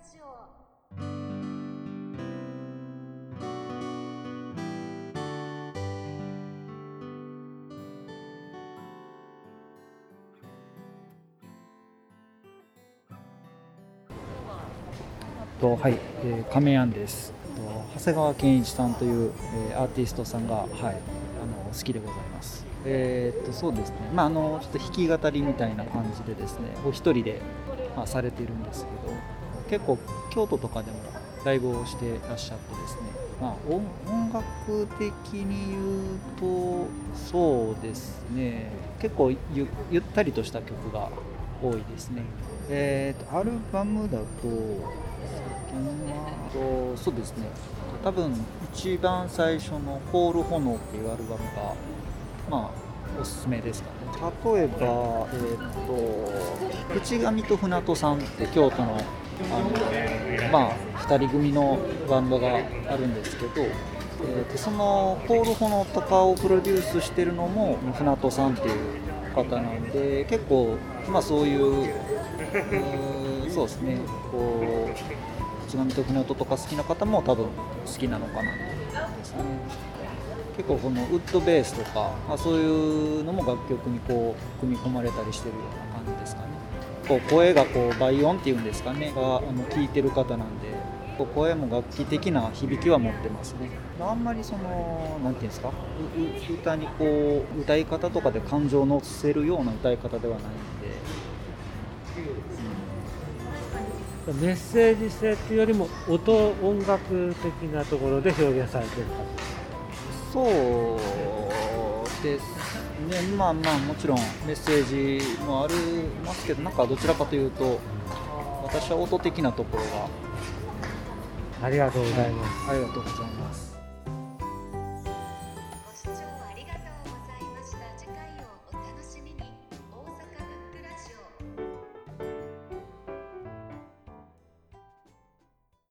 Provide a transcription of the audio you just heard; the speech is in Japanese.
ジオ。 はい、亀庵です。長谷川健一さんという、アーティストさんが、好きでございます。そうですね、ちょっと弾き語りみたいな感じでですね、お一人で、されているんですけど、結構京都とかでもライブをしてらっしゃってですね、音楽的に言うと、そうですね、結構ゆったりとした曲が多いですね。アルバムだと、そうですね、多分一番最初の「コール炎」っていうアルバムがおすすめですかね。例えば、淵上と船戸さんって京都の2人組のバンドがあるんですけど、その「コール炎」とかをプロデュースしてるのも船戸さんっていう方なんで、結構そういうそうですね、こう淵上と船戸とか好きな方も多分好きなのかなと思いますね。結構このウッドベースとか、そういうのも楽曲にこう組み込まれたりしてるような感じですかね。こう声がこう倍音っていうんですかねが聞いてる方なんで、こう声も楽器的な響きは持ってますね。あんまりそのなんていうんですか、歌にこう歌い方とかで感情を乗せるような歌い方ではないんで、 メッセージ性っていうよりも音楽的なところで表現されてるか。 そうですね、もちろんメッセージもありますけど、なんかどちらかというと私は音的なところが。 ありがとうございます。 ありがとうございます。